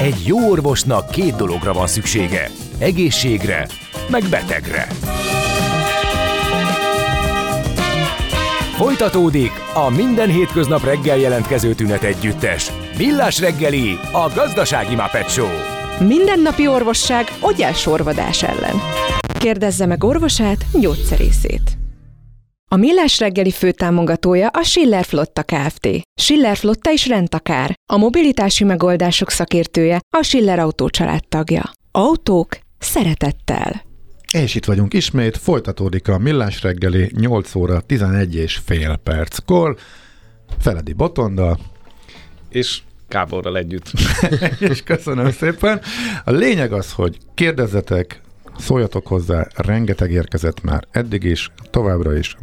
Egy jó orvosnak 2 dologra van szüksége. Egészségre, meg betegre. Folytatódik a minden hétköznap reggel jelentkező tünet együttes. Millás reggeli, a gazdasági Muppet Show. Mindennapi orvosság ogyásorvadás ellen. Kérdezze meg orvosát, gyógyszerészét. A Millás reggeli főtámogatója a Schiller Flotta Kft. Schiller Flotta is rendtakár. A mobilitási megoldások szakértője, a Schiller Autó családtagja. Autók szeretettel. És itt vagyunk ismét, folytatódik a Millás reggeli 8 óra 11,5 perckor. Feledi Botondal. És Gáborral együtt. És köszönöm szépen. A lényeg az, hogy kérdezzetek, szóljatok hozzá, rengeteg érkezett már eddig is, továbbra is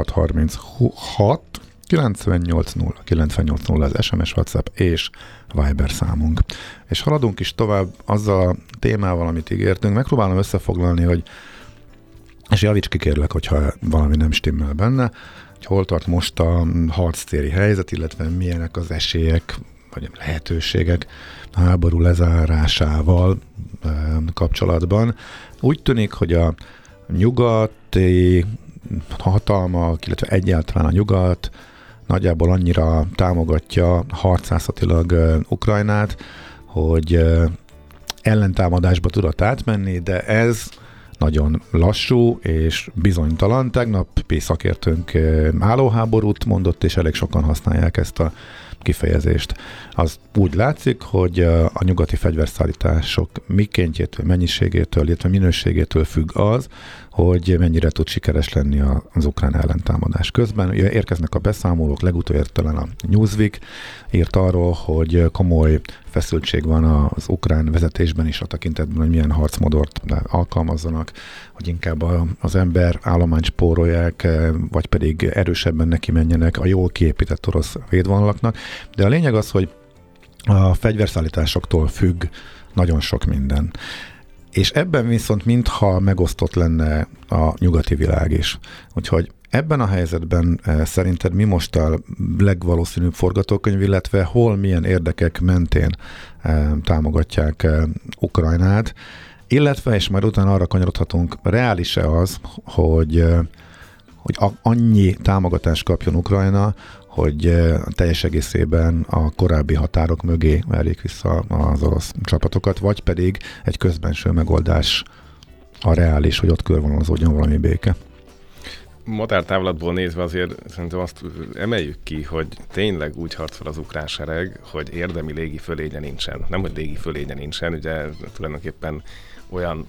0636 980 980 az SMS, WhatsApp és Viber számunk. És haladunk is tovább azzal a témával, amit ígértünk. Megpróbálom összefoglalni, hogy és javíts ki kérlek, hogyha valami nem stimmel benne, hogy hol tart most a harctéri helyzet, illetve milyenek az esélyek, vagy lehetőségek a háború lezárásával kapcsolatban. Úgy tűnik, hogy a nyugati hatalmak, illetve egyáltalán a nyugat nagyjából annyira támogatja harcászatilag Ukrajnát, hogy ellentámadásba tudott átmenni, de ez nagyon lassú és bizonytalan. Tegnapi szakértőnk állóháborút mondott, és elég sokan használják ezt a kifejezést. Az úgy látszik, hogy a nyugati fegyverszállítások mikéntjétől, mennyiségétől, illetve minőségétől függ az, hogy mennyire tud sikeres lenni az ukrán ellentámadás. Közben érkeznek a beszámolók, legutóbb talán a Newsweek írt arról, hogy komoly feszültség van az ukrán vezetésben is a tekintetben, hogy milyen harcmodort alkalmazzanak, hogy inkább az ember állományt spórolják, vagy pedig erősebben neki menjenek a jól kiépített orosz védvonalaknak. De a lényeg az, hogy a fegyverszállításoktól függ nagyon sok minden. És ebben viszont mintha megosztott lenne a nyugati világ is. Úgyhogy ebben a helyzetben szerinted mi most a legvalószínűbb forgatókönyv, illetve hol milyen érdekek mentén támogatják Ukrajnát, illetve, és majd utána arra kanyarodhatunk, reális-e az, hogy annyi támogatást kapjon Ukrajna, hogy teljes egészében a korábbi határok mögé verjék vissza az orosz csapatokat, vagy pedig egy közbenső megoldás a reális, hogy ott körvonalazódjon valami béke. Madártávlatból nézve azért szerintem azt emeljük ki, hogy tényleg úgy harcol az ukrán sereg, hogy érdemi légi fölénye nincsen. Nem, hogy légi fölénye nincsen, ugye tulajdonképpen olyan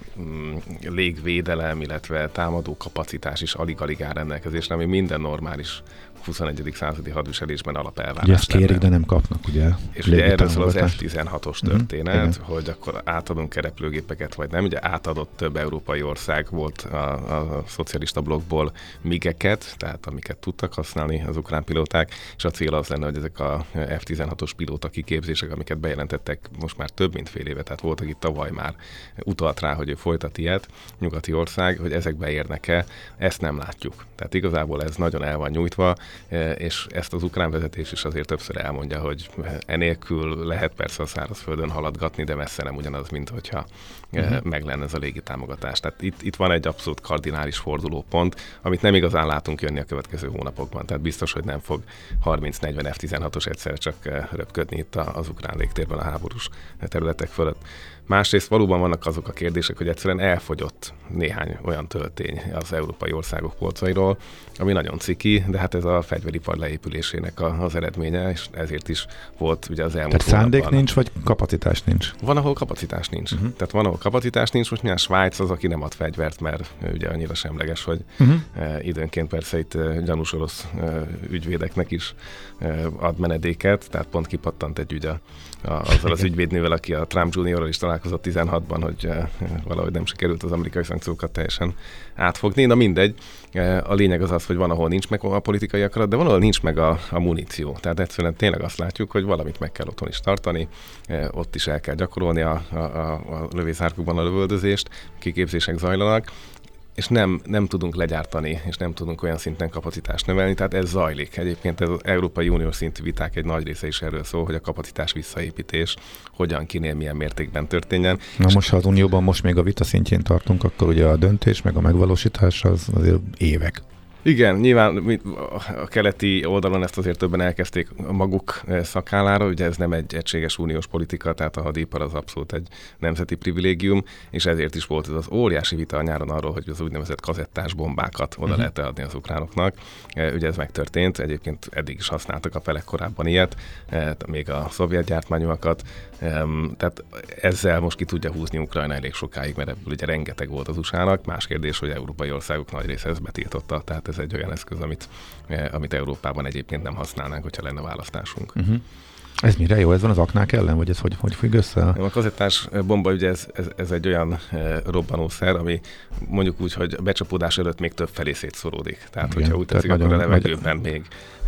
légvédelem, illetve támadó kapacitás is alig-alig áll rendelkezésre, ami minden normális 21. századi hadviselésben alapelvárás. Ugye ezt kérik, de nem kapnak, ugye? És ugye erről szól az F-16-os történet, hogy akkor átadunk repülőgépeket, vagy nem. Ugye átadott több európai ország, volt a szocialista blokkból MIG-eket, tehát amiket tudtak használni az ukrán pilóták, és a cél az lenne, hogy ezek a F-16-os pilóta kiképzések, amiket bejelentettek most már több mint fél éve, tehát voltak itt tavaly már utalt rá, hogy ő folytat ilyet, nyugati ország, hogy ezekbe érnek-e, ezt nem látjuk. Tehát igazából ez nagyon el van nyújtva, és ezt az ukrán vezetés is azért többször elmondja, hogy enélkül lehet persze a szárazföldön haladgatni, de messze nem ugyanaz, mint hogyha meg lenne ez a légi támogatás. Tehát itt van egy abszolút kardinális fordulópont, amit nem igazán látunk jönni a következő hónapokban. Tehát biztos, hogy nem fog 30-40 F-16-os egyszerre csak röpködni itt az ukrán légtérben a háborús területek fölött. Másrészt valóban vannak azok a kérdések, hogy egyszerűen elfogyott néhány olyan töltény az európai országok polcairól, ami nagyon ciki, de hát ez a fegyveripar leépülésének az eredménye, és ezért is volt ugye az elmúlt Tehát szándék nincs, vagy kapacitás nincs? Van, ahol kapacitás nincs. Tehát van, ahol kapacitás nincs, most milyen Svájc az, aki nem ad fegyvert, mert ugye annyira semleges, hogy időnként persze itt gyanús orosz ügyvédeknek is ad menedéket, tehát pont kipattant egy ügy azzal az ügyvédnővel, aki a Trump Juniorral is találkozott 16-ban, hogy valahogy nem sikerült az amerikai szankciókat teljesen átfogni. Na mindegy, a lényeg az, hogy van, ahol nincs meg a politikai akarat, de van, ahol nincs meg a muníció. Tehát egyszerűen tényleg azt látjuk, hogy valamit meg kell otthon is tartani, ott is el kell gyakorolni a lövészárkokban a lövöldözést, kiképzések zajlanak. és nem tudunk legyártani, és nem tudunk olyan szinten kapacitást növelni, tehát ez zajlik. Egyébként az Európai Uniós szintű viták egy nagy része is erről szól, hogy a kapacitás visszaépítés hogyan, kinél, milyen mértékben történjen. Na most, ha az Unióban most még a vita szintjén tartunk, akkor ugye a döntés meg a megvalósítás az azért évek. Igen, nyilván a keleti oldalon ezt azért többen elkezdték a maguk szakállára, ugye ez nem egy egységes uniós politika, tehát a hadipar az abszolút egy nemzeti privilégium, és ezért is volt ez az óriási vita a nyáron arról, hogy az úgynevezett kazettás bombákat oda lehet adni az ukránoknak. Ugye ez megtörtént, egyébként eddig is használtak a felek korábban ilyet, még a szovjet gyártmányokat, tehát ezzel most ki tudja húzni Ukrajna elég sokáig, mert ebből ugye rengeteg volt az USA-nak. Más kérdés, hogy európai országok nagy része ezt betiltotta, tehát ez egy olyan eszköz, amit Európában egyébként nem használnánk, hogyha lenne választásunk. Ez mire jó? Ez van az aknák ellen, vagy ez hogy függ össze? A kazettás bomba, ugye ez egy olyan robbanószer, ami mondjuk úgy, hogy a becsapódás előtt még több felé szétszóródik. Tehát, igen, hogyha úgy teszik, akkor a levegőben még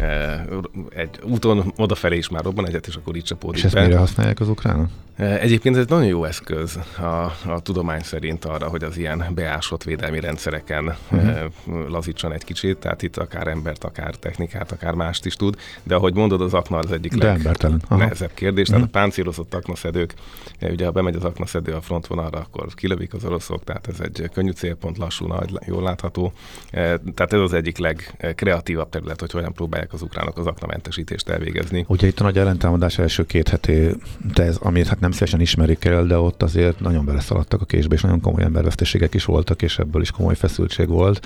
egy úton odafelé is már robban egyet, és akkor így csapódik be. És ezt mire használják az ukránok? Egyébként ez egy nagyon jó eszköz a tudomány szerint arra, hogy az ilyen beásott védelmi rendszereken lazítson egy kicsit, tehát itt akár embert, akár technikát, akár mást is tud, de ahogy mondod, az akna az egyik legnehezebb kérdés, tehát a páncélozott aknaszedők, ugye ha bemegy az aknaszedő a frontvonalra, akkor kilövik az oroszok, tehát ez egy könnyű célpont, lassú, nagy, jól látható, tehát ez az egyik legkreatívabb terület, hogy hogyan próbálják az ukránok az aknamentesítést elvégezni. Ugye itt a nagy ellentámadás első 2 heti amit hát nem szívesen ismerik el, de ott azért nagyon beleszaladtak a késbe, és nagyon komoly emberveszteségek is voltak, és ebből is komoly feszültség volt.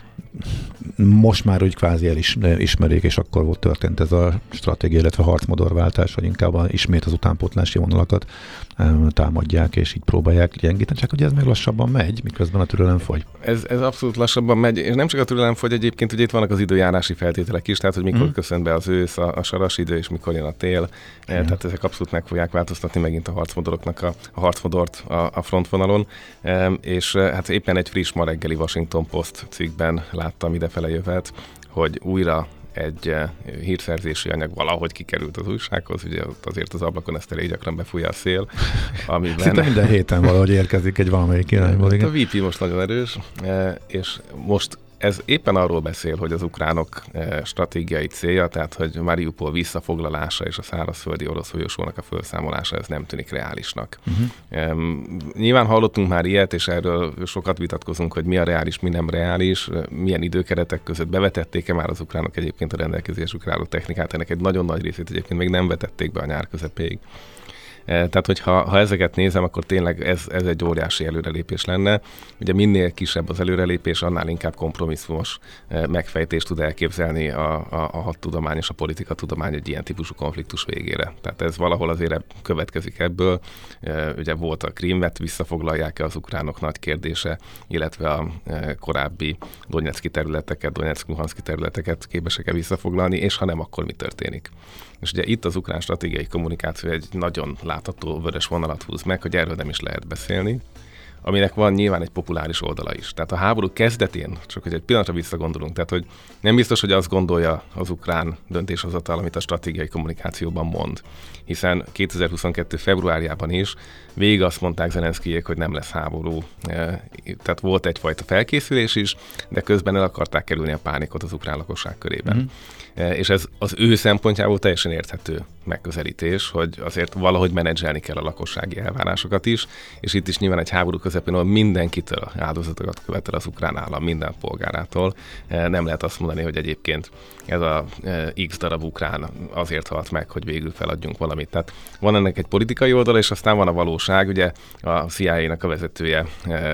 Most már úgy kvázi ismerik, és akkor volt történt ez a stratégia, illetve harcmodorváltás, hogy inkább ismét az utánpótlási vonalakat támadják, és így próbálják gyengíteni, csak hogy ez meg lassabban megy, miközben a türelem fogy. Ez abszolút lassabban megy, és nem csak a türelem fogy, egyébként ugye itt vannak az időjárási feltételek is, tehát hogy mikor köszön be az ősz, a saras idő, és mikor jön a tél, tehát ezek abszolút meg fogják változtatni megint a harcmodoroknak a harcmodort a frontvonalon, és hát éppen egy friss ma reggeli Washington Post cikkben láttam idefele jövet, hogy újra egy hírszerzési anyag valahogy kikerült az újsághoz, ugye azért az ablakon ezt elég gyakran befújja a szél, amiben... Szinte minden héten valahogy érkezik egy valamelyik irányból. A VP most nagyon erős, és most ez éppen arról beszél, hogy az ukránok stratégiai célja, tehát hogy Mariupol visszafoglalása és a szárazföldi orosz folyosónak a felszámolása, ez nem tűnik reálisnak. Nyilván hallottunk már ilyet, és erről sokat vitatkozunk, hogy mi a reális, mi nem reális, milyen időkeretek között bevetették-e már az ukránok egyébként a rendelkezésükre álló technikát, ennek egy nagyon nagy részét egyébként még nem vetették be a nyár közepéig. Tehát, hogyha ezeket nézem, akkor tényleg ez egy óriási előrelépés lenne. Ugye minél kisebb az előrelépés, annál inkább kompromisszumos megfejtést tud elképzelni a hadtudomány és a politikatudomány egy ilyen típusú konfliktus végére. Tehát ez valahol azért következik ebből. Ugye volt a Krímet, visszafoglalják-e az ukránok, nagy kérdése, illetve a korábbi Donetszki területeket, Donetszk-Luhanszki területeket képesek-e visszafoglalni, és ha nem, akkor mi történik. És ugye itt az ukrán stratégiai kommunikáció egy nagyon látható vörös vonalat húz meg, hogy erről nem is lehet beszélni, aminek van nyilván egy populáris oldala is. Tehát a háború kezdetén, csak hogy egy pillanatra visszagondolunk, tehát hogy nem biztos, hogy azt gondolja az ukrán döntéshozatal, amit a stratégiai kommunikációban mond. Hiszen 2022. februárjában is végig azt mondták Zelenszkijék, hogy nem lesz háború. Tehát volt egyfajta felkészülés is, de közben el akarták kerülni a pánikot az ukrán lakosság körében. És ez az ő szempontjából teljesen érthető megközelítés, hogy azért valahogy menedzselni kell a lakossági elvárásokat is, és itt is nyilván egy háború közepén, ahol mindenkitől áldozatokat követel az ukrán állam, minden polgárától. Nem lehet azt mondani, hogy egyébként ez a X darab ukrán azért halt meg, hogy végül feladjunk valamit. Tehát van ennek egy politikai oldala, és aztán van a valóság. Ugye a CIA-nak a vezetője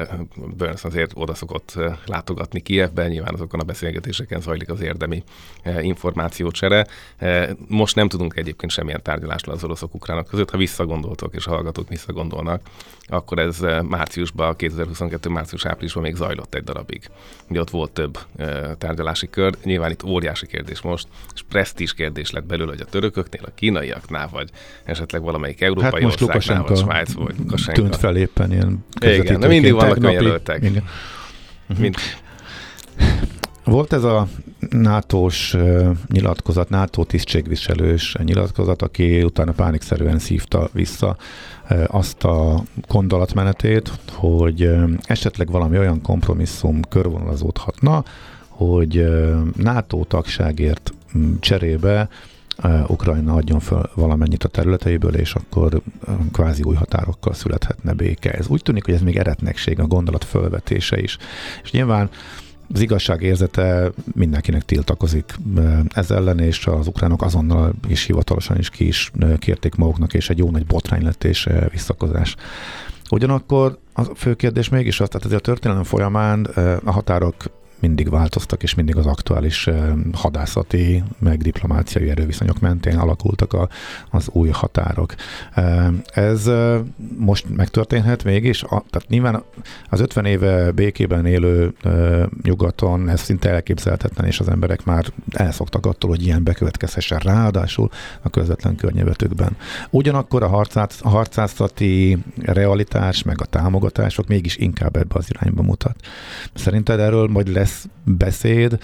Burns azért oda szokott látogatni Kijevben, nyilván azokon a beszélgetéseken zajlik az érdemi információcsere. Most nem tudunk egyébként semmilyen tárgyalásról az oroszok ukránok között. Ha visszagondoltok, és a hallgatók visszagondolnak, akkor ez márciusban, 2022. március-áprilisban még zajlott egy darabig. Ugye ott volt több tárgyalási kör. Nyilván itt óriási kérdés most, és presztízs kérdés lett belőle, hogy a törököknél, a kínaiaknál, vagy esetleg valamelyik európai országnál, vagy Svájc, vagy Lukasenka. Tűnt fel éppen ilyen közvetítőként. Igen, de mindig vannak olyan jelöltek. Volt ez a NATO-s nyilatkozat, NATO tisztségviselős nyilatkozat, aki utána pánikszerűen szívta vissza azt a gondolatmenetét, hogy esetleg valami olyan kompromisszum körvonalazódhatna, hogy NATO tagságért cserébe Ukrajna adjon föl valamennyit a területeiből, és akkor kvázi új határokkal születhetne béke. Ez úgy tűnik, hogy ez még eretnekség, a gondolat fölvetése is. És nyilván az igazság érzete mindenkinek tiltakozik ez ellen, és az ukránok azonnal is hivatalosan is ki is kérték maguknak, és egy jó nagy botrány lett és visszakozás. Ugyanakkor a fő kérdés mégis az, tehát azért a történelem folyamán a határok mindig változtak, és mindig az aktuális hadászati, meg diplomáciai erőviszonyok mentén alakultak az új határok. Ez most megtörténhet mégis? Tehát nyilván az 50 éve békében élő nyugaton ez szinte elképzelhetetlen, és az emberek már elszoktak attól, hogy ilyen bekövetkezhessen, ráadásul a közvetlen környezetükben. Ugyanakkor a harcászati realitás, meg a támogatások mégis inkább ebbe az irányba mutat. Szerinted erről majd lesz beszéd,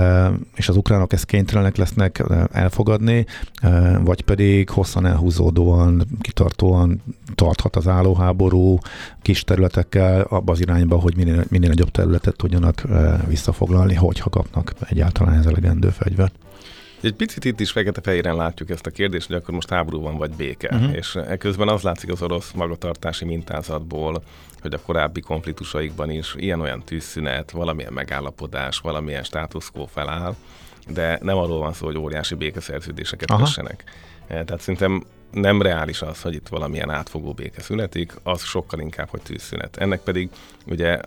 és az ukránok ezt kénytelenek lesznek elfogadni, vagy pedig hosszan elhúzódóan, kitartóan tarthat az állóháború kis területekkel abba az irányba, hogy minél nagyobb területet tudjanak visszafoglalni, hogyha kapnak egyáltalán ez elegendő fegyvert. Egy picit itt is fekete-fehéren látjuk ezt a kérdést, hogy akkor most háború van, vagy béke. És ekközben az látszik az orosz magatartási mintázatból, hogy a korábbi konfliktusaikban is ilyen-olyan tűzszünet, valamilyen megállapodás, valamilyen status quo feláll, de nem arról van szó, hogy óriási békeszerződéseket kössenek. Tehát szerintem nem reális az, hogy itt valamilyen átfogó béke születik, az sokkal inkább, hogy tűzszünet. Ennek pedig ugye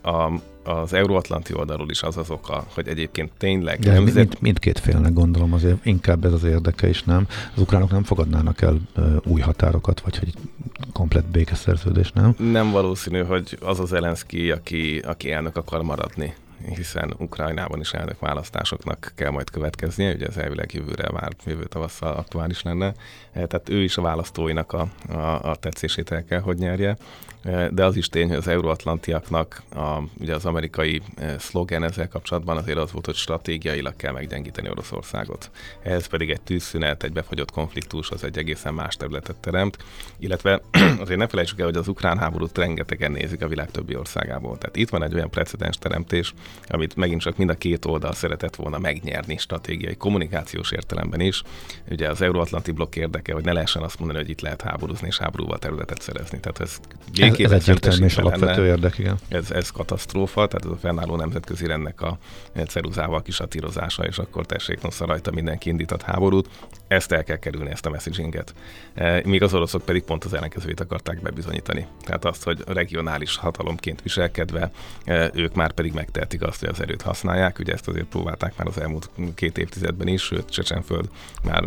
az euróatlanti oldalról is az az oka, hogy egyébként tényleg... De mindkét félnek gondolom, azért inkább ez az érdeke is, nem? Az ukránok nem fogadnának el új határokat, vagy hogy komplett békeszerződés, nem? Nem valószínű, hogy az Zelenszkij, aki elnök akar maradni, hiszen Ukrajnában is elnökválasztásoknak kell majd következnie, ugye ez elvileg jövő tavasszal aktuális lenne, tehát ő is a választóinak a tetszését el kell, hogy nyerje, de az is tény, hogy az euróatlantiaknak ugye az amerikai szlogen ezzel kapcsolatban azért az volt, hogy stratégiailag kell meggyengíteni Oroszországot. Ehhez pedig egy tűzszünet, egy befagyott konfliktus, az egy egészen más területet teremt, illetve azért ne felejtsük el, hogy az ukrán háborút rengetegen nézik a világ többi országából. Tehát itt van egy olyan precedens teremtés, amit megint csak mind a két oldal szeretett volna megnyerni stratégiai, kommunikációs értelemben is. Ugye az euróatlanti blokk érdeke, hogy ne lehessen azt mondani, hogy itt lehet háborúzni és háborúval területet szerezni. Tehát ez egyértelmű és alapvető érdek, igen. Ez katasztrófa, tehát ez a fennálló nemzetközi rendnek a ceruzával kisatírozása, és akkor tessék, nosza rajta mindenki indított háborút. Ezt el kell kerülni, ezt a messaginget. Míg az oroszok pedig pont az ellenkezőjét akarták bebizonyítani. Tehát azt, hogy regionális hatalomként viselkedve, ők már pedig megtehetik azt, hogy az erőt használják. Ugye ezt azért próbálták már az elmúlt 2 évtizedben is, sőt Csecsenföld már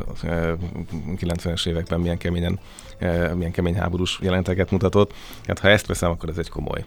90-es években milyen kemény háborús jelenteket mutatott. Hát ha ezt veszem, akkor ez egy komoly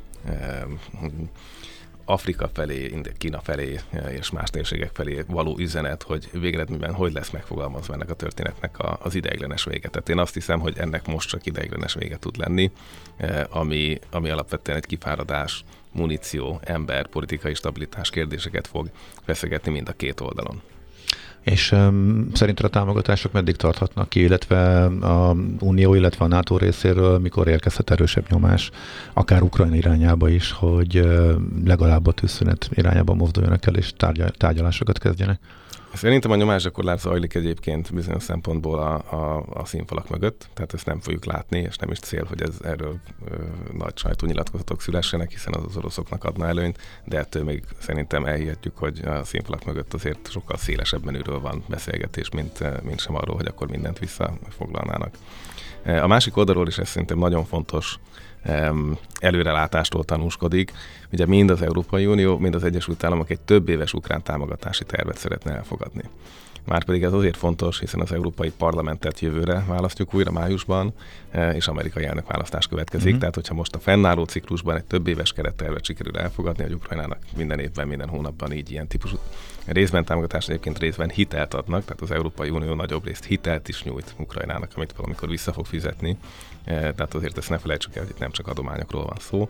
Afrika felé, Kína felé és más térségek felé való üzenet, hogy végeredményben hogy lesz megfogalmazva ennek a történetnek az ideiglenes vége. Tehát én azt hiszem, hogy ennek most csak ideiglenes vége tud lenni, ami alapvetően egy kifáradás, muníció, ember, politikai stabilitás kérdéseket fog feszegetni mind a két oldalon. És szerinted a támogatások meddig tarthatnak ki, illetve a Unió, illetve a NATO részéről mikor érkezhet erősebb nyomás, akár Ukrajna irányába is, hogy legalább a tűzszünet irányába mozduljanak el, és tárgyalásokat kezdjenek? Szerintem a nyomásgyakorlás zajlik egyébként bizonyos szempontból a színfalak mögött, tehát ezt nem fogjuk látni, és nem is cél, hogy erről nagy sajtónyilatkozatok szülessenek, hiszen az oroszoknak adna előnyt, de ettől még szerintem elhihetjük, hogy a színfalak mögött azért sokkal szélesebb menüről van beszélgetés, mint sem arról, hogy akkor mindent visszafoglalnának. A másik oldalról is ez szerintem nagyon fontos előrelátástól tanúskodik. Ugye mind az Európai Unió, mind az Egyesült Államok egy több éves ukrán támogatási tervet szeretne elfogadni. Márpedig ez azért fontos, hiszen az Európai Parlamentet jövőre választjuk újra májusban, és amerikai elnökválasztás következik. Tehát, hogyha most a fennálló ciklusban egy több éves kerettervet sikerül elfogadni, hogy Ukrajnának minden évben, minden hónapban így ilyen típusú részben támogatást, egyébként részben hitelt adnak, tehát az Európai Unió nagyobb részt hitelt is nyújt Ukrajnának, amit valamikor vissza fog fizetni. Tehát azért ezt ne felejtsük el, hogy itt nem csak adományokról van szó.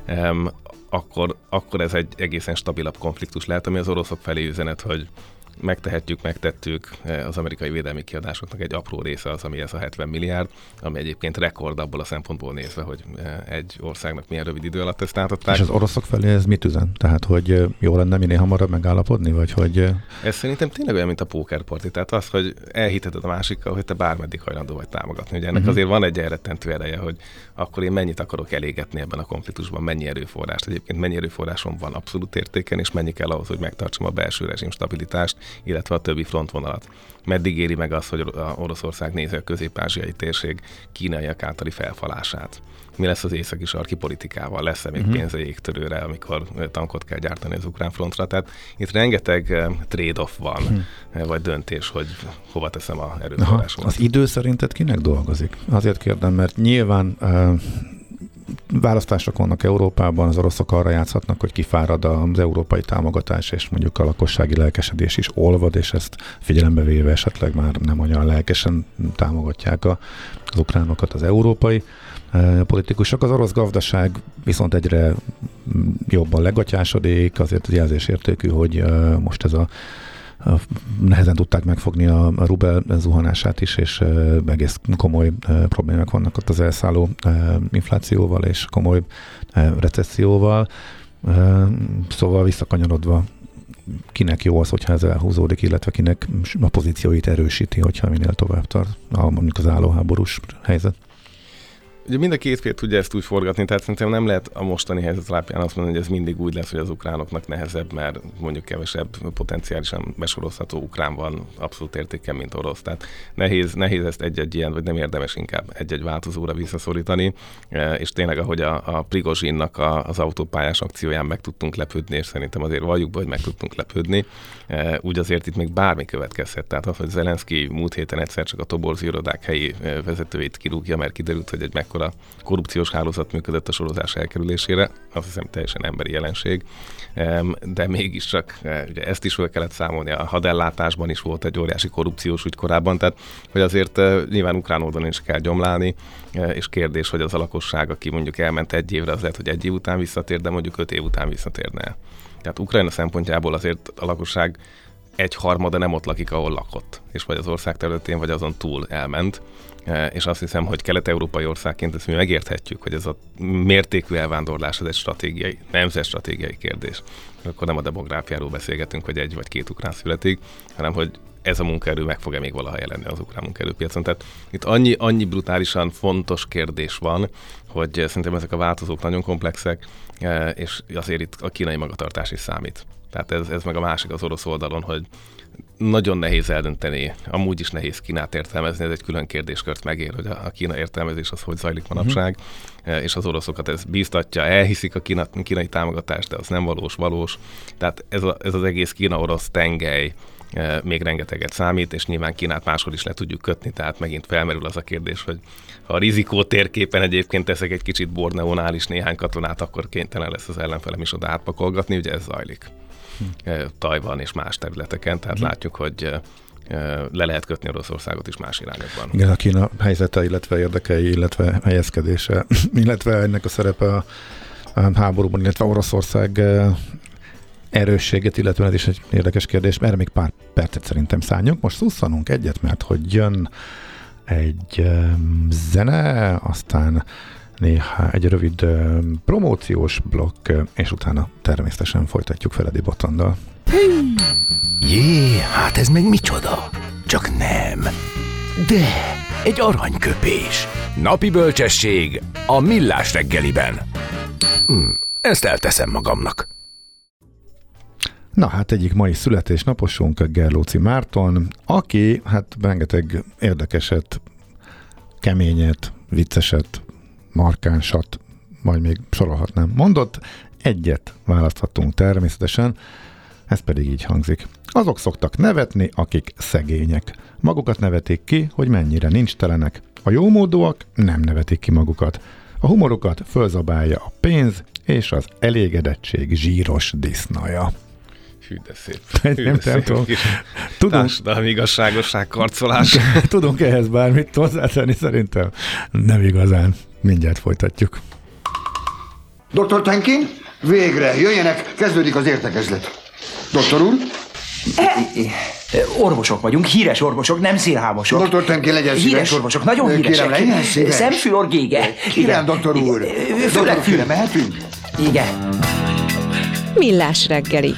Akkor ez egy egészen stabilabb konfliktus lehet, ami az oroszok felé üzenet, hogy megtettük, az amerikai védelmi kiadásoknak egy apró része az, ami ez a 70 milliárd, ami egyébként rekord abból a szempontból nézve, hogy egy országnak milyen rövid idő alatt ezt átadták. És az oroszok felé ez mit üzen? Tehát, hogy jó lenne minél hamarabb megállapodni, vagy hogy... Ez szerintem tényleg olyan, mint a pókerparti. Tehát az, hogy elhiteted a másikkal, hogy te bármeddig hajlandó vagy támogatni. Ugye ennek azért van egy elrettentő ereje, hogy akkor én mennyit akarok elégetni ebben a konfliktusban, mennyi erőforrást. Egyébként mennyi erőforrásom van abszolút értéken, és mennyi kell ahhoz, hogy megtartsam a belső rezsim stabilitást, illetve a többi frontvonalat. Meddig éri meg az, hogy Oroszország nézi a közép-ázsiai térség kínaiak általi felfalását? Mi lesz az északi sarki politikával? Lesz-e még pénze jégtörőre, amikor tankot kell gyártani az ukrán frontra? Tehát itt rengeteg trade-off van, vagy döntés, hogy hova teszem a erőforrásomat. Az idő szerinted kinek dolgozik? Azért kérdem, mert nyilván választások vannak Európában, az oroszok arra játszhatnak, hogy kifárad az európai támogatás, és mondjuk a lakossági lelkesedés is olvad, és ezt figyelembe véve esetleg már nem olyan lelkesen támogatják az ukránokat az európai politikusok. Az orosz gazdaság viszont egyre jobban legatyásodik, azért jelzésértékű, hogy most ez nehezen tudták megfogni a rubel zuhanását is, és egész komoly problémák vannak ott az elszálló inflációval és komoly recesszióval. Szóval visszakanyarodva, kinek jó az, hogyha ez elhúzódik, illetve kinek a pozícióit erősíti, hogyha minél tovább tart, mondjuk az állóháborús helyzet. Ugye mind a két fél tudja ezt úgy forgatni, tehát szerintem nem lehet a mostani helyzet alapján azt mondani, hogy ez mindig úgy lesz, hogy az ukránoknak nehezebb, mert mondjuk kevesebb potenciálisan besorolható ukrán van abszolút értéken, mint orosz. Tehát nehéz ezt egy-egy ilyen, vagy nem érdemes inkább egy-egy változóra visszaszorítani, és tényleg ahogy a Prigozsinnak az autópályás akcióján meg tudtunk lepődni, és szerintem azért valljuk be, hogy meg tudtunk lepődni, úgy azért itt még bármi következhet. Tehát az, hogy Zelenszky múlt héten egyszer csak a toborzi irodák helyi vezetőit kirúgja, mert kiderült, hogy egy mekkora korrupciós hálózat működött a sorozás elkerülésére, azt hiszem teljesen emberi jelenség, de mégiscsak ugye ezt is fel kellett számolni, a hadellátásban is volt egy óriási korrupciós ügy korábban, tehát hogy azért nyilván ukrán oldalon is kell gyomlálni, és kérdés, hogy az a lakosság, aki mondjuk elment egy évre, az lehet, hogy egy év után visszatér, de mondjuk 5 év után visszatérne. Tehát Ukrajna szempontjából azért a lakosság 1/3 nem ott lakik, ahol lakott, és vagy az ország területén, vagy azon túl elment. És azt hiszem, hogy kelet-európai országként ezt mi megérthetjük, hogy ez a mértékű elvándorlás az egy stratégiai, nemzetstratégiai kérdés. Akkor nem a demográfiáról beszélgetünk, hogy 1 vagy 2 ukrán születik, hanem hogy ez a munkaerő meg fog-e még valaha jelenni az ukrán munkaerőpiacon. Tehát itt annyi brutálisan fontos kérdés van, hogy szerintem ezek a változók nagyon komplexek, és azért itt a kínai magatartás is számít. Tehát ez meg a másik az orosz oldalon, hogy nagyon nehéz eldönteni, amúgy is nehéz Kínát értelmezni, ez egy külön kérdéskört megér, hogy a Kína értelmezés az hogy zajlik manapság, és az oroszokat ez bíztatja, elhiszik a kínai támogatást, de az nem valós. Tehát ez az egész Kína-orosz tengely még rengeteget számít, és nyilván Kínát máshol is le tudjuk kötni, tehát megint felmerül az a kérdés, hogy ha a rizikó térképen egyébként teszek egy kicsit Borneónál is néhány katonát, akkor kénytelen lesz az ellenfelem is oda átpakolgatni, ugye ez zajlik. Tajvan és más területeken, tehát látjuk, hogy le lehet kötni Oroszországot is más irányokban. Igen, a Kína helyzete, illetve érdekei, illetve helyezkedése, illetve ennek a szerepe a háborúban, illetve Oroszország erősséget, illetve ez is egy érdekes kérdés, erre még pár percet szerintem szálljunk. Most szusszanunk egyet, mert hogy jön egy zene, aztán néha egy rövid promóciós blokk, és utána természetesen folytatjuk Feledi Botondal. Jé, hát ez meg micsoda? Csak nem. De, egy aranyköpés. Napi bölcsesség a Millás reggeliben. Ezt elteszem magamnak. Na hát egyik mai születésnaposunk, Gerlóci Márton, aki hát rengeteg érdekeset, keményet, vicceset, markánsat, majd még sorolhatnám mondott. Egyet választhatunk természetesen, Ez pedig így hangzik. Azok szoktak nevetni, akik szegények. Magukat nevetik ki, hogy mennyire nincstelenek. A jómódúak nem nevetik ki magukat. A humorukat fölzabálja a pénz és az elégedettség zsíros disznaja. Hű, de szép. Társadalmi igazságosság karcolás. Tudunk ehhez bármit hozzátenni? Szerintem nem igazán. Mindjárt folytatjuk. Dr. Tenkin, végre, jöjjenek, kezdődik az értekezlet. Doktor úr? Orvosok vagyunk, híres orvosok, nem szélhámosok. Dr. Tenkin, legyen szíves. Híres orvosok, nagyon híresek. Kérem, legyen szíves. Szemfülorgége. Kérem, doktor úr. Főleg fül. Mehetünk? Igen. Millás reggeli.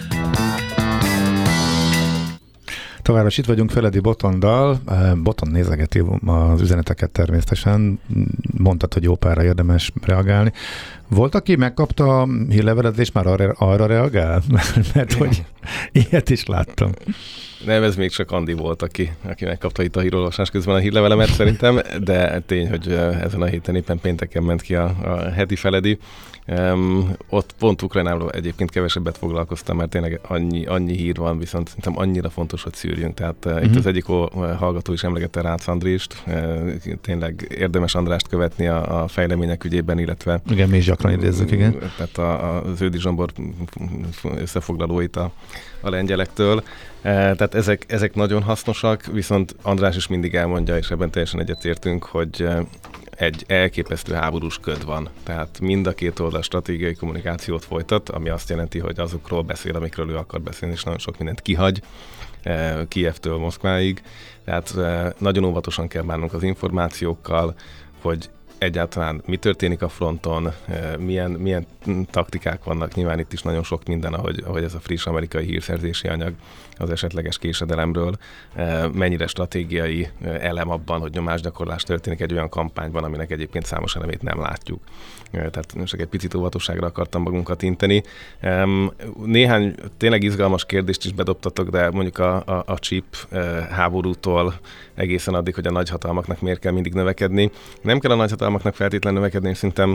Továbbra is itt vagyunk Feledi Botondal. Boton nézegeti az üzeneteket természetesen. Mondtad, hogy jó párra érdemes reagálni. Volt, aki megkapta a hírlevelet, és már arra reagál? Mert hogy ilyet is láttam. Nem, ez még csak Andi volt, aki megkapta itt a hírolvasás közben a hírlevelemet szerintem, de tény, hogy ezen a héten éppen pénteken ment ki a heti Feledi. Ott pont Ukrajnáról egyébként kevesebbet foglalkoztam, mert tényleg annyi hír van, viszont szerintem annyira fontos, hogy szűrjünk. Tehát itt az egyik hallgató is emlegette Rácz Andrést, tényleg érdemes Andrást követni a fejlemények ügyében, illetve... Igen, mi is gyakran idézzük, igen. Tehát az Ődi Zsombor összefoglalóit a lengyelektől. Tehát ezek nagyon hasznosak, viszont András is mindig elmondja, és ebben teljesen egyetértünk, hogy egy elképesztő háborús köd van. Tehát mind a két oldal stratégiai kommunikációt folytat, ami azt jelenti, hogy azokról beszél, amikről ő akar beszélni, és nagyon sok mindent kihagy, Kijevtől Moszkváig. Tehát nagyon óvatosan kell bánnunk az információkkal, hogy egyáltalán mi történik a fronton, milyen taktikák vannak, nyilván itt is nagyon sok minden, ahogy ez a friss amerikai hírszerzési anyag az esetleges késedelemről, mennyire stratégiai elem abban, hogy nyomásgyakorlás történik egy olyan kampányban, aminek egyébként számos elemét nem látjuk. Tehát csak egy picit óvatosságra akartam magunkat inteni. Néhány tényleg izgalmas kérdést is bedobtatok, de mondjuk a chip háborútól egészen addig, hogy a nagyhatalmaknak miért kell mindig növekedni. Nem kell a nagyhatalmaknak feltétlenül növekedni, és szerintem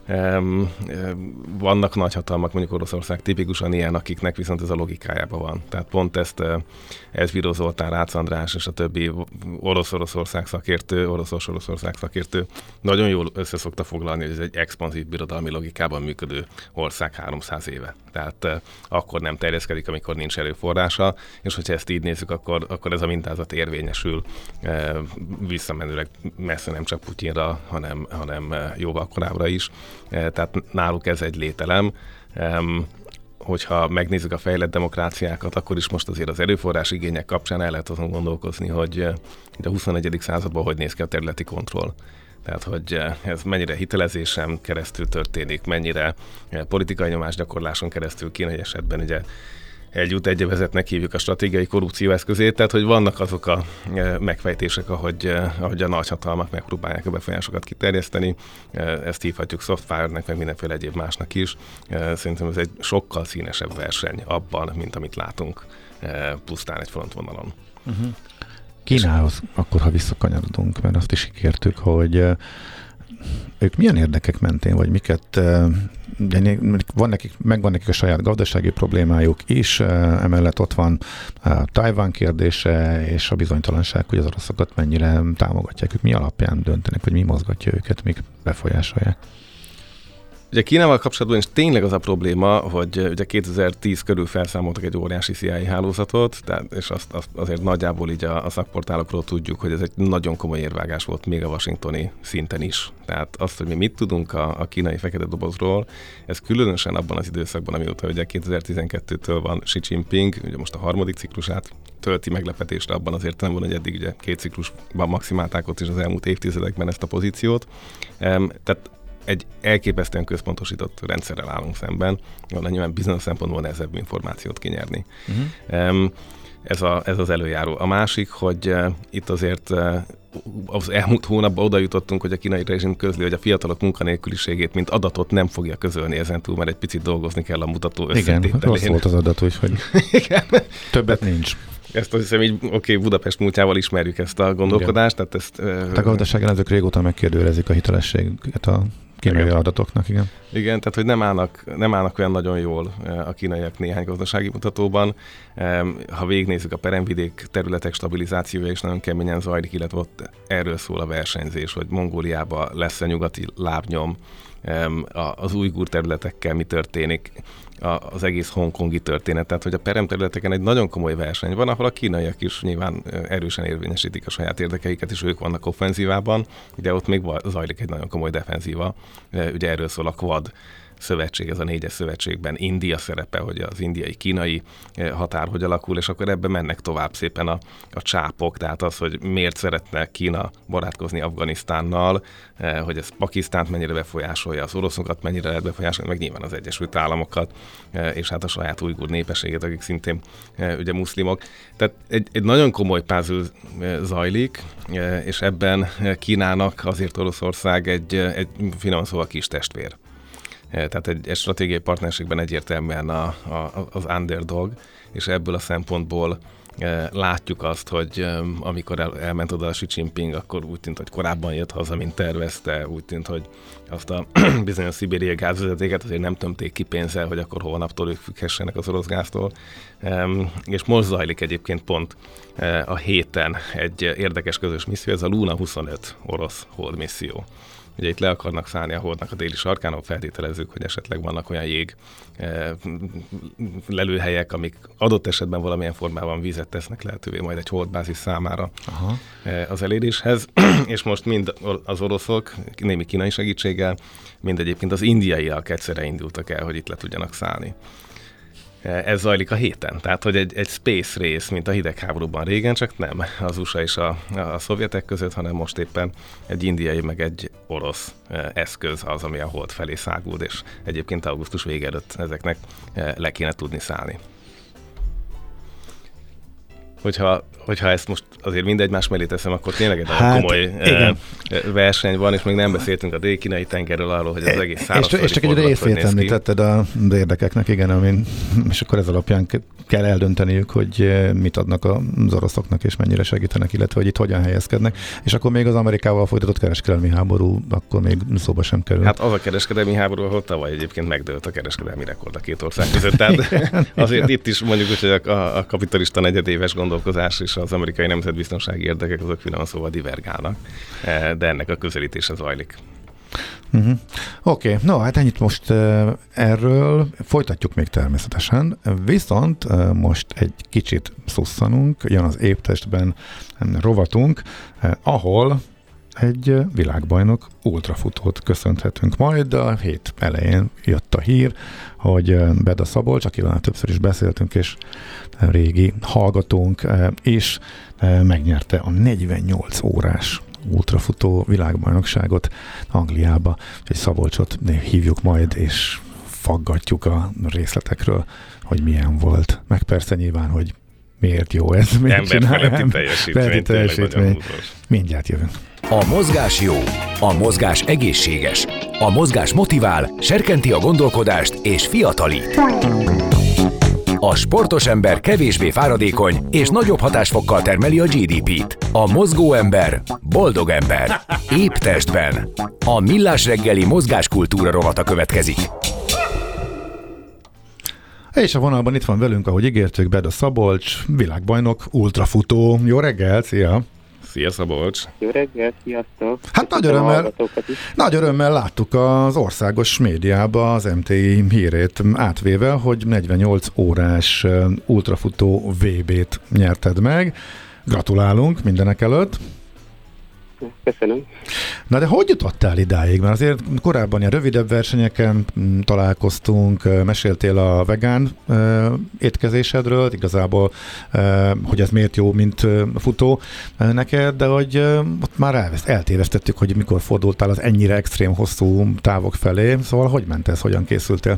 vannak nagyhatalmak, mondjuk Oroszország tipikusan ilyen, akiknek viszont ez a logikájában van. Tehát pont ezt Elzbíró Zoltán, Rácz András és a többi orosz-Oroszország szakértő nagyon jól összeszokta foglalni, hogy ez egy expanzív birodalmi logikában működő ország 300 éve. Tehát akkor nem terjeszkedik, amikor nincs erőforrása, és hogyha ezt így nézzük, akkor ez a mintázat érvényesül visszamenőleg messze nem csak Putyinra, hanem jóval korábbra is. Tehát náluk ez egy lételem. Hogyha megnézzük a fejlett demokráciákat, akkor is most azért az erőforrás igények kapcsán el lehet azon gondolkozni, hogy a 21. században hogy néz ki a területi kontroll. Tehát, hogy ez mennyire hitelezésen keresztül történik, mennyire politikai nyomásgyakorláson keresztül, kínai esetben ugye egy vezetnek hívjuk a stratégiai korrupció eszközét, tehát hogy vannak azok a megfejtések, ahogy a nagyhatalmak megpróbálják a befolyásokat kiterjeszteni. Ezt hívhatjuk software-nek, meg mindenféle egyéb másnak is. Szerintem ez egy sokkal színesebb verseny abban, mint amit látunk pusztán egy frontvonalon. Uh-huh. Kínához akkor, ha visszakanyarodunk, mert azt is kértük, hogy ők milyen érdekek mentén, vagy miket, megvan nekik a saját gazdasági problémájuk is, emellett ott van a Tajván kérdése, és a bizonytalanság, hogy az oroszokat mennyire támogatják, ők mi alapján döntenek, vagy mi mozgatja őket, mik befolyásolják. Ugye Kínával kapcsolatban is tényleg az a probléma, hogy ugye 2010 körül felszámoltak egy óriási CIA hálózatot, és azt azért nagyjából így a szakportálokról tudjuk, hogy ez egy nagyon komoly érvágás volt még a washingtoni szinten is. Tehát azt, hogy mi mit tudunk a kínai fekete dobozról, ez különösen abban az időszakban, amióta ugye 2012-től van Xi Jinping, ugye most a harmadik ciklusát tölti meglepetésre abban az értelemben, hogy eddig ugye 2 ciklusban maximálták ott is az elmúlt évtizedekben ezt a pozíciót. Tehát egy elképesztően központosított rendszerrel állunk szemben, ahol nyilván bizonyos szempontból nehezebb információt kinyerni. Uh-huh. Ez az előjáró. A másik, hogy itt azért az elmúlt hónapban oda jutottunk, hogy a kínai rezsim közli, hogy a fiatalok munkanélküliségét, mint adatot nem fogja közölni ezentúl, mert egy picit dolgozni kell a mutató összetételén. Igen, rossz volt az adat, úgyhogy többet nincs. Ezt azt hiszem így, Budapest múltjával ismerjük ezt a gondolkodást. Tehát ezt, a gazdasági elemzők régóta megkérdőjelezik a hitelességet a kínai adatoknak, igen. Igen, tehát hogy nem állnak olyan nagyon jól a kínaiak néhány gazdasági mutatóban. Ha végignézzük, a peremvidék területek stabilizációja is nagyon keményen zajlik, illetve ott erről szól a versenyzés, hogy Mongóliában lesz-e nyugati lábnyom, az ujgur területekkel mi történik, az egész hongkongi történet, tehát hogy a peremterületeken egy nagyon komoly verseny van, ahol a kínaiak is nyilván erősen érvényesítik a saját érdekeiket, és ők vannak offenzívában, de ott még zajlik egy nagyon komoly defenzíva. Ugye erről szól a Quad szövetség, ez a 4-es szövetségben India szerepe, hogy az indiai-kínai határ hogy alakul, és akkor ebben mennek tovább szépen a csápok, tehát az, hogy miért szeretne Kína barátkozni Afganisztánnal, hogy ez Pakisztánt mennyire befolyásolja, az oroszokat mennyire lehet befolyásolni, meg nyilván az Egyesült Államokat, és hát a saját ujgur népességet, akik szintén ugye muszlimok. Tehát egy nagyon komoly puzzle zajlik, és ebben Kínának azért Oroszország egy finoman szóval kis testvér. Tehát egy stratégiai partnerségben egyértelműen az underdog, és ebből a szempontból látjuk azt, hogy amikor elment oda a Xi Jinping, akkor úgy tűnt, hogy korábban jött haza, mint tervezte, úgy tűnt, hogy azt a bizonyos szibériai gázvezetéket azért nem tömték ki pénzzel, hogy akkor holnaptól ők függhessenek az orosz gáztól. És most zajlik egyébként pont a héten egy érdekes közös misszió, ez a Luna 25 orosz hold misszió. Ugye itt le akarnak szállni a holdnak a déli sarkán, ahol feltételezzük, hogy esetleg vannak olyan jég lelőhelyek, amik adott esetben valamilyen formában vizet tesznek lehetővé majd egy holdbázis számára az eléréshez. És most mind az oroszok, némi kínai segítséggel, mind egyébként az indiaiak egyszerre indultak el, hogy itt le tudjanak szállni. Ez zajlik a héten, tehát hogy egy space race, mint a hidegháborúban régen, csak nem az USA és a szovjetek között, hanem most éppen egy indiai meg egy orosz eszköz az, ami a hold felé száguld, és egyébként augusztus vége előtt ezeknek le kéne tudni szállni. Hogyha ezt most azért mindegymás mellé teszem, akkor tényleg egy nagyon komoly verseny van, és még nem beszéltünk a dél-kínai tengerről arról, hogy az egész szárazföldi és csak egy részét említetted az érdekeknek, igen, és akkor ez alapján kell eldönteniük, hogy mit adnak az oroszoknak, és mennyire segítenek, illetve hogy itt hogyan helyezkednek. És akkor még az Amerikával folytatott kereskedelmi háború, akkor még szóba sem kerül. Hát az a kereskedelmi háború, ahol tavaly egyébként megdőlt a kereskedelmi rekord a két ország között. Tehát azért itt is mondjuk úgy, hogy a kapitalista negyedéves gondolkozás és az amerikai nemzetbiztonsági érdekek azok finoman szóval divergálnak, de ennek a közelítése zajlik. Oké, no, hát ennyit most erről, folytatjuk még természetesen, viszont most egy kicsit szusszanunk, jön az Éptestben rovatunk, ahol egy világbajnok ultrafutót köszönhetünk majd. A hét elején jött a hír, hogy Beda Szabolcs, akivel többször is beszéltünk, és régi hallgatónk is megnyerte a 48 órás ultrafutó világbajnokságot Angliába. Úgyhogy Szabolcsot hívjuk majd, és faggatjuk a részletekről, hogy milyen volt. Meg persze nyilván, hogy miért jó ez. Emberfeletti teljesítmény. Mindjárt jövünk. A mozgás jó, a mozgás egészséges, a mozgás motivál, serkenti a gondolkodást és fiatalít. A sportos ember kevésbé fáradékony és nagyobb hatásfokkal termeli a GDP-t. A mozgó ember boldog ember. Épp testben. A Millás reggeli mozgáskultúra rovata következik. És a vonalban itt van velünk, ahogy ígértük, Beda Szabolcs, világbajnok, ultrafutó. Jó reggel, szia! Szia Szabolcs! Jó reggelt, sziasztok! Hát nagy örömmel láttuk az országos médiába az MTI hírét átvéve, hogy 48 órás ultrafutó VB-t nyerted meg. Gratulálunk mindenek előtt! Köszönöm. Na de hogy jutottál idáig? Mert azért korábban ilyen rövidebb versenyeken találkoztunk, meséltél a vegán étkezésedről, igazából, hogy ez miért jó, mint futó neked, de hogy ott már eltévesztettük, hogy mikor fordultál az ennyire extrém hosszú távok felé, szóval hogy ment ez, hogyan készültél?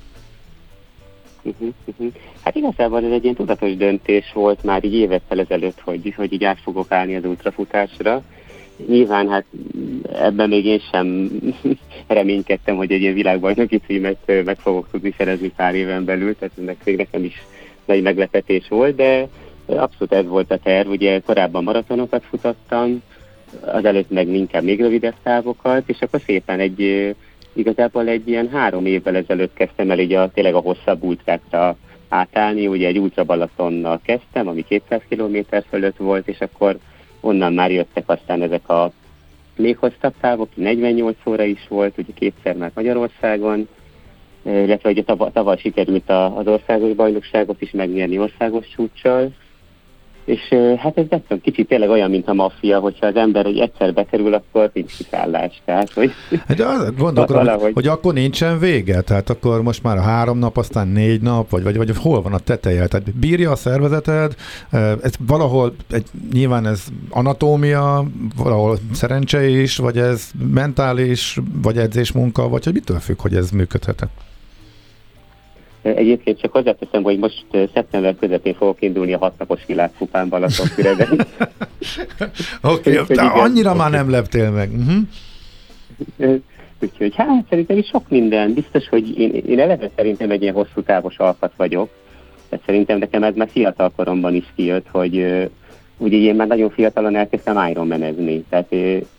Hát igazából ez egy ilyen tudatos döntés volt már így évekkel ezelőtt, hogy így át fogok állni az ultrafutásra. Nyilván hát ebben még én sem reménykedtem, hogy egy ilyen világbajnoki címet meg fogok tudni szerezni pár éven belül, tehát ennek nekem is nagy meglepetés volt, de abszolút ez volt a terv. Ugye korábban maratonokat futottam, azelőtt meg inkább még rövidebb távokat, és akkor szépen igazából egy ilyen 3 évvel ezelőtt kezdtem el így tényleg a hosszabb ultrákra átállni, ugye egy Ultra Balatonnal kezdtem, ami 200 km fölött volt, és akkor onnan már jöttek aztán ezek a még hosszabb távok, 48 óra is volt, ugye 2-szer már Magyarországon, illetve ugye tavaly sikerült az országos bajnokságot is megnyerni országos csúccsal, és hát ez nem kicsit tényleg olyan, mint a maffia, hogyha az ember egyszer bekerül, akkor nincs kiszállás. Tehát, hogy de azt gondolkodom, hogy akkor nincsen vége, tehát akkor most már a 3 nap, aztán 4 nap, vagy hol van a teteje? Tehát bírja a szervezeted, ez valahol, nyilván ez anatómia, valahol szerencse is, vagy ez mentális, vagy edzésmunka, vagy hogy mitől függ, hogy ez működhet? Egyébként csak hozzáteszem, hogy most szeptember közepén fogok indulni a 6 napos világkupán Balatonfüreden. Oké, annyira már nem leptél meg. Úgyhogy hát szerintem is sok minden. Biztos, hogy én eleve szerintem egy ilyen hosszú távos alkat vagyok. Tehát szerintem nekem ez már fiatal koromban is kijött, hogy ugye én már nagyon fiatalon elkezdtem Ironman-ezni. Tehát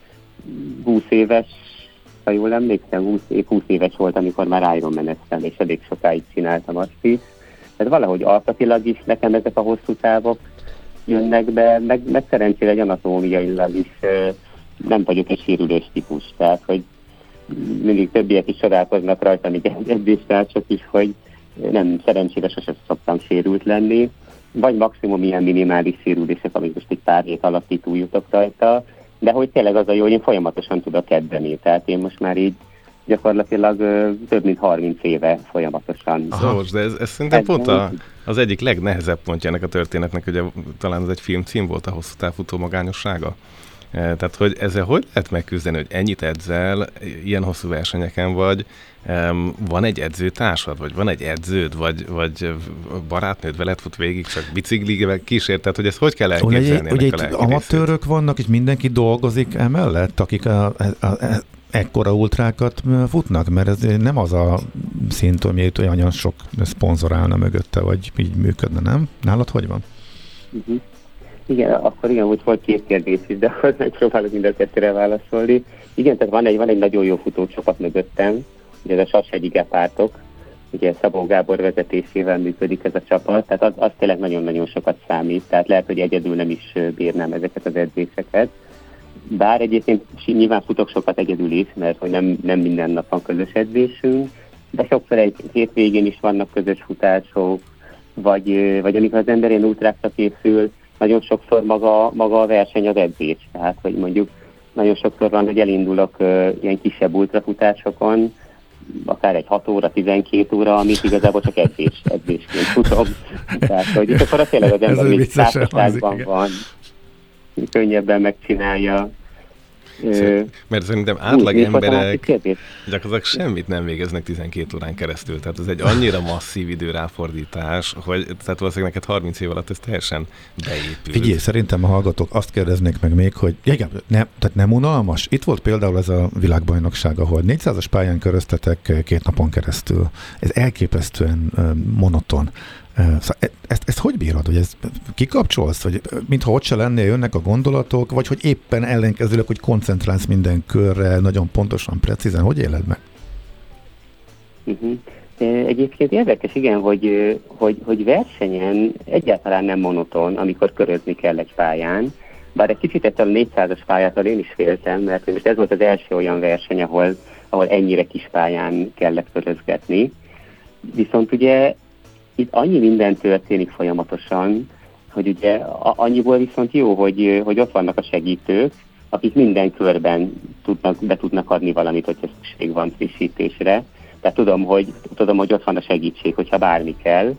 20 éves, ha jól emlékszem, 20 éves volt, amikor már Ironman-eztem, és elég sokáig csináltam azt is. Tehát valahogy alkatilag is nekem ezek a hosszú távok jönnek be, meg szerencsére egy anatómiailag is nem vagyok egy sérülős típus. Tehát, hogy mindig többiek is csodálkoznak rajta, még edzéstársak is, hogy nem szerencsére sosem szoktam sérült lenni, vagy maximum ilyen minimális sérülések, amik most egy pár hét alatt itt túljutok rajta, de hogy tényleg az a jó, hogy én folyamatosan tudok edzeni. Tehát én most már így gyakorlatilag több mint 30 éve folyamatosan. Szóval, de ez szerintem pont az egyik legnehezebb pontja ennek a történetnek, ugye talán ez egy filmcím volt, a hosszú távfutó magányossága. Tehát, hogy ezzel hogy lehet megküzdeni, hogy ennyit edzel, ilyen hosszú versenyeken vagy, van egy edzőtársad, vagy van egy edződ, vagy barátnőd veled fut végig, csak biciklivel kísért, tehát hogy ezt hogy kell elképzelni? Ugye itt amatőrök vannak, és mindenki dolgozik emellett, akik ekkora ultrákat futnak, mert ez nem az a szint, ami olyan sok szponzor állna mögötte, vagy így működne, nem? Nálad hogy van? Igen, akkor igen, úgy volt 2 kérdés is, de akkor megpróbálok mind a 2-re válaszolni. Igen, tehát van egy nagyon jó futócsapat mögöttem, ugye ez a Sashegyi Gepártok, ugye Szabó Gábor vezetésével működik ez a csapat, tehát az tényleg nagyon-nagyon sokat számít, tehát lehet, hogy egyedül nem is bírnám ezeket az edzéseket. Bár egyébként nyilván futok sokat egyedül is, mert hogy nem minden nap van közös edzésünk, de sokszor egy hétvégén is vannak közös futások, vagy amikor az ember ilyen ultrákra készül, nagyon sokszor maga a verseny az edzés. Tehát, hogy mondjuk nagyon sokszor van, hogy elindulok ilyen kisebb ultrafutásokon, akár egy 6 óra, 12 óra, amit igazából csak edzésként futom. Tehát, hogy akkor tényleg az ember még társaságban van, könnyebben megcsinálja. Mert szerintem átlag emberek gyakorlatilag semmit nem végeznek 12 órán keresztül. Tehát ez egy annyira masszív időráfordítás, hogy tehát valószínűleg neked 30 év alatt ez teljesen beépült. Figyelj, szerintem a hallgatók azt kérdeznék meg még, hogy tehát nem unalmas? Itt volt például ez a világbajnokság, ahol 400-as pályán köröztetek 2 napon keresztül. Ez elképesztően monoton. Ezt hogy bírod, hogy ezt kikapcsolsz, vagy mintha ott se lennél, jönnek a gondolatok, vagy hogy éppen ellenkezőleg, hogy koncentrálsz minden körre, nagyon pontosan, precízen, hogy éled meg? Egyébként érdekes, igen, hogy versenyen egyáltalán nem monoton, amikor körözni kell egy pályán, bár egy kicsit ettől a 400-as pályától én is féltem, mert most ez volt az első olyan verseny, ahol ennyire kis pályán kellett körözgetni, viszont ugye itt annyi minden történik folyamatosan, hogy ugye annyiból viszont jó, hogy ott vannak a segítők, akik minden körben be tudnak adni valamit, hogyha szükség van frissítésre. Tehát tudom, hogy ott van a segítség, hogyha bármi kell.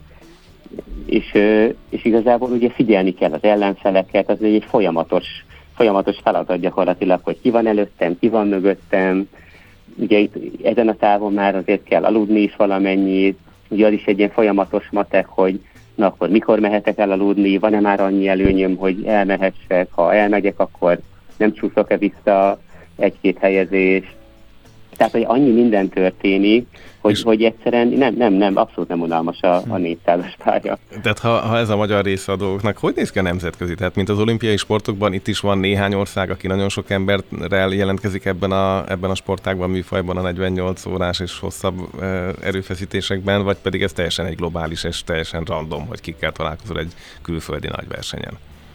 És igazából ugye figyelni kell az ellenfeleket, az egy folyamatos feladat gyakorlatilag, hogy ki van előttem, ki van mögöttem. Ugye itt ezen a távon már azért kell aludni is valamennyit. Ugye az is egy ilyen folyamatos matek, hogy na akkor mikor mehetek el aludni, van-e már annyi előnyöm, hogy elmehessek, ha elmegyek, akkor nem csúszok-e vissza 1-2 helyezést. Tehát, hogy annyi minden történik, hogy egyszerűen nem, abszolút nem unalmas a 400-as pálya. Tehát ha ez a magyar része a dolgoknak, hogy néz ki a nemzetközi? Tehát mint az olimpiai sportokban, itt is van néhány ország, aki nagyon sok emberrel jelentkezik ebben a sportágban, műfajban, a 48 órás és hosszabb erőfeszítésekben, vagy pedig ez teljesen egy globális és teljesen random, hogy kikkel találkozol egy külföldi nagy versenyen?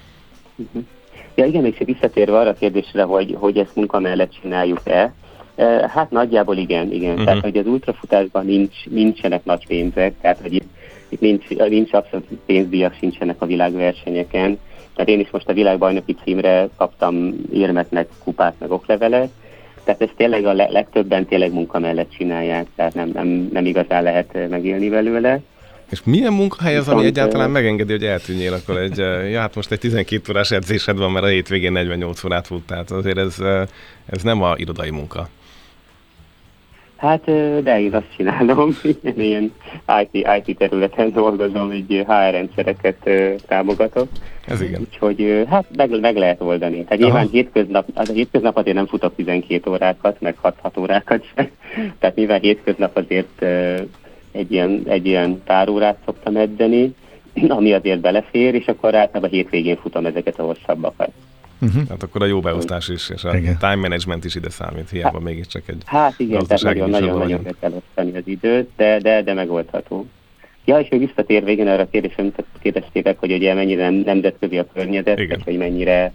Ja igen, és visszatérve arra a kérdésre, hogy ezt munka mellett csináljuk-e, hát nagyjából igen. Tehát, hogy az ultrafutásban nincsenek nagy pénzek, tehát, hogy itt nincs abszolút pénzdíjak sincsenek a világversenyeken. Tehát én is most a világbajnoki címre kaptam érmet, meg kupát, meg oklevelet. Tehát ezt tényleg a legtöbben tényleg munka mellett csinálják, tehát nem igazán lehet megélni belőle. És milyen munkahely az, ami egyáltalán megengedi, hogy eltűnjél akkor hát most egy 12 órás edzésed van, mert a hétvégén 48 órát fut, tehát azért ez nem a irodai munka. Hát, de én azt csinálom, ilyen IT területen dolgozom, egy HR rendszereket támogatok. Ez igen. Úgyhogy hát meg lehet oldani. Tehát nyilván hétköznap azért nem futok 12 órákat, meg 6 órákat sem. Tehát nyilván hétköznap azért egy ilyen pár órát szoktam edzeni, ami azért belefér, és akkor általában hétvégén futom ezeket a hosszabbakat. Hát akkor a jó beosztás is, és a time management is ide számít, hiába mégiscsak egy igen, tehát nagyon be kell osztani az időt, de megoldható. Ja, és még visszatérve igen arra a kérdésre, amit kérdeztétek, hogy ugye mennyire nemzetközi a környezet, hogy mennyire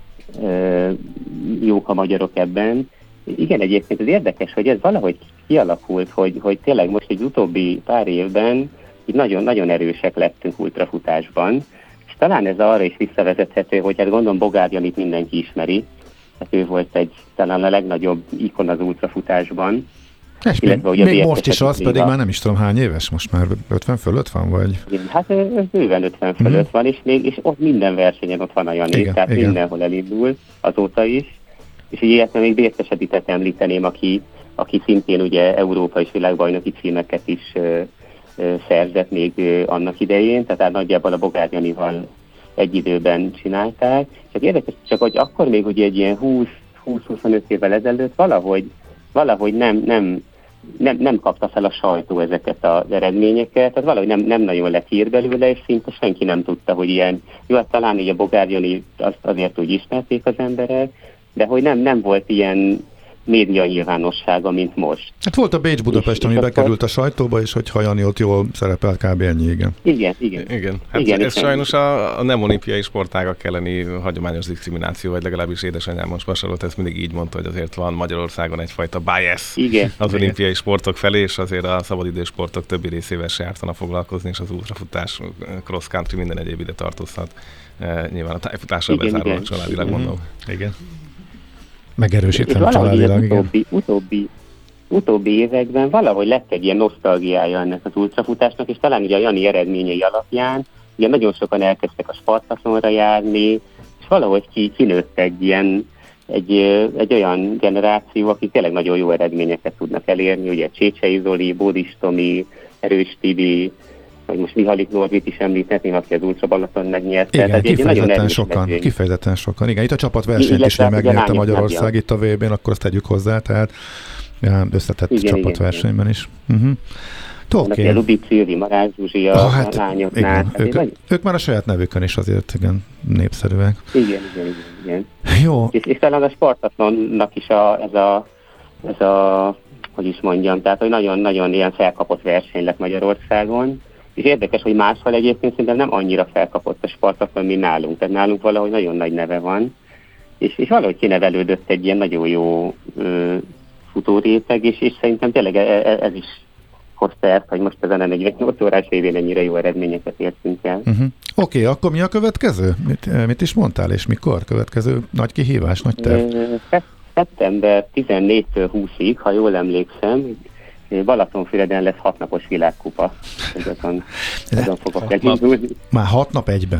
jók a magyarok ebben. Igen, egyébként ez érdekes, hogy ez valahogy kialakult, hogy tényleg most egy utóbbi pár évben így nagyon-nagyon erősek lettünk ultrafutásban, és talán ez arra is visszavezethető, hogy hát gondolom Bogár Janit mindenki ismeri, hát ő volt talán a legnagyobb ikon az ultrafutásban. És még most is az, pedig már nem is tudom hány éves, most már 50 fölött van, vagy? Igen, hát bőven 50 fölött van, és ott minden versenyen ott van a Jani, tehát mindenhol elindul, azóta is. És így illetve még Bérces Editet említeném, aki szintén ugye Európa és világbajnoki címeket is szerzett még annak idején, tehát nagyjából a Bogár Janival egy időben csinálták. Csak érdekes, csak hogy akkor még ugye egy ilyen 20-25 évvel ezelőtt valahogy nem kapta fel a sajtó ezeket az eredményeket, tehát valahogy nem nagyon lett hír belőle, és szinte senki nem tudta, hogy ilyen, jó, hát talán így a Bogár Jani azt azért úgy ismerték az emberek, de hogy nem volt ilyen média nyilvánossága, mint most. Hát volt a Bécs-Budapest, ami bekerült a sajtóba, és hogy Jani ott jól szerepelt, kb. Ennyi, igen. Igen. Hát igen, ez sajnos a nem olimpiai sportágak elleni hagyományos diszkrimináció, vagy legalábbis édesanyám most Vasarolt ezt mindig így mondta, hogy azért van Magyarországon egyfajta bias az olimpiai sportok felé, és azért a szabadidős sportok többi részével se ártana foglalkozni, és az ultrafutás, cross country, minden egyéb ide tartozhat. Nyilván a tájfutással bezárólag családilag mondom. Igen. Megerősítem családilag, utóbbi években valahogy lett egy ilyen nosztalgiája ennek az ultrafutásnak, és talán ugye a Jani eredményei alapján ugye nagyon sokan elkezdtek a Spartatlonra járni, és valahogy kinőtt egy olyan generáció, akik tényleg nagyon jó eredményeket tudnak elérni, ugye Csécsei Zoli, Bódis Tomi, Erős Tibi, vagy most Mihalik Norbit is említhetném, aki az Ultra Balaton megnyerte. Igen, kifejezetten sokan. Igen, itt a csapatversenyt is megnyerte Magyarország itt a VB-n, akkor azt tegyük hozzá, tehát összetett csapatversenyben is. Okay. Lubic Szilvi, Marázs Zsuzsi a lányoknál. Ők már a saját nevükön is azért igen, népszerűek. Igen. Jó. És talán a Spartatlonnak is ez a hogy is mondjam, tehát hogy nagyon-nagyon ilyen felkapott verseny lett Magyarországon, és érdekes, hogy máshol egyébként szerintem nem annyira felkapott a Spartatlon, mint nálunk, tehát nálunk valahogy nagyon nagy neve van, és valahogy kinevelődött egy ilyen nagyon jó futóréteg, és szerintem tényleg ez is hozta ezt, hogy most ezen a 48 órás évén ennyire jó eredményeket értünk el. Oké, akkor mi a következő? Mit is mondtál, és mikor? Következő nagy kihívás, nagy terv? Szeptember 14-től 20-ig, ha jól emlékszem, Balatonfüreden lesz 6 napos világkupa. Azon fogok elindulni. Már 6 nap egyben?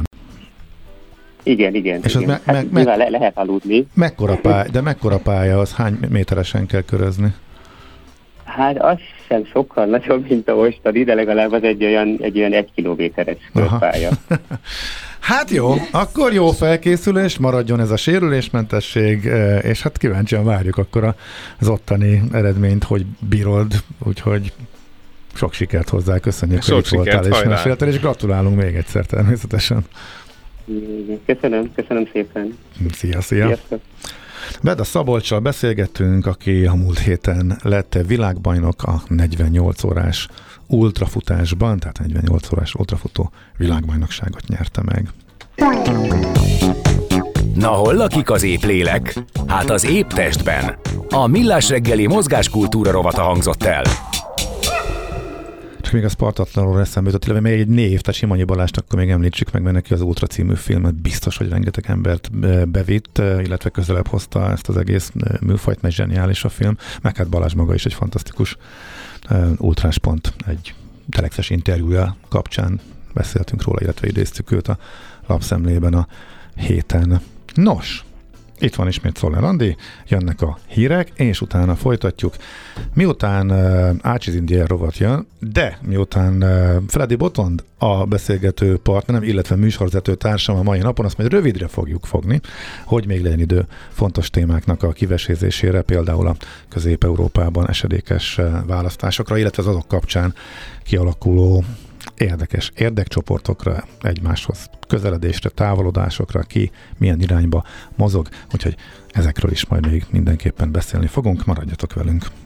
Igen. És igen. Lehet aludni. Mekkora pálya, az hány méteresen kell körözni? Hát az sem sokkal nagyobb, mint a mostani, de legalább az egy olyan 1 kilométeres körpálya. Hát jó, akkor jó felkészülés, maradjon ez a sérülésmentesség, és hát kíváncsian várjuk akkor az ottani eredményt, hogy bírod, úgyhogy sok sikert hozzá, köszönjük, sok hogy itt voltál és hajrá. meséltél, és gratulálunk még egyszer természetesen. Köszönöm szépen. Szia! Sziasztok. Beda Szabolccsal beszélgettünk, aki a múlt héten lett világbajnok a 48 órás ultrafutásban, tehát 48 órás ultrafutó világbajnokságot nyerte meg. Na hol lakik az épp lélek? Hát az épp testben. A Millás reggeli mozgáskultúra rovata hangzott el. Csak még a Spartatlanról eszembe jutott, illetve még egy név, tehát Simonyi Balást akkor még említsük meg, mert neki az Ultra című filmet biztos, hogy rengeteg embert bevitt, illetve közelebb hozta ezt az egész műfajt, mert zseniális a film, meg hát Balázs maga is egy fantasztikus ultráspont, egy telexes interjúja kapcsán beszéltünk róla, illetve idéztük őt a lapszemlében a héten. Nos, itt van ismét Szoller Andi, jönnek a hírek, és utána folytatjuk. Miután Ácsiz Indián rovat jön, de miután Freddy Botond a beszélgető partnerem, illetve műsorvezető társam a mai napon, azt majd rövidre fogjuk fogni, hogy még legyen idő fontos témáknak a kivesézésére, például a Közép-Európában esedékes választásokra, illetve az azok kapcsán kialakuló érdekes érdekcsoportokra, egymáshoz közeledésre, távolodásokra, ki milyen irányba mozog, úgyhogy ezekről is majd még mindenképpen beszélni fogunk, maradjatok velünk.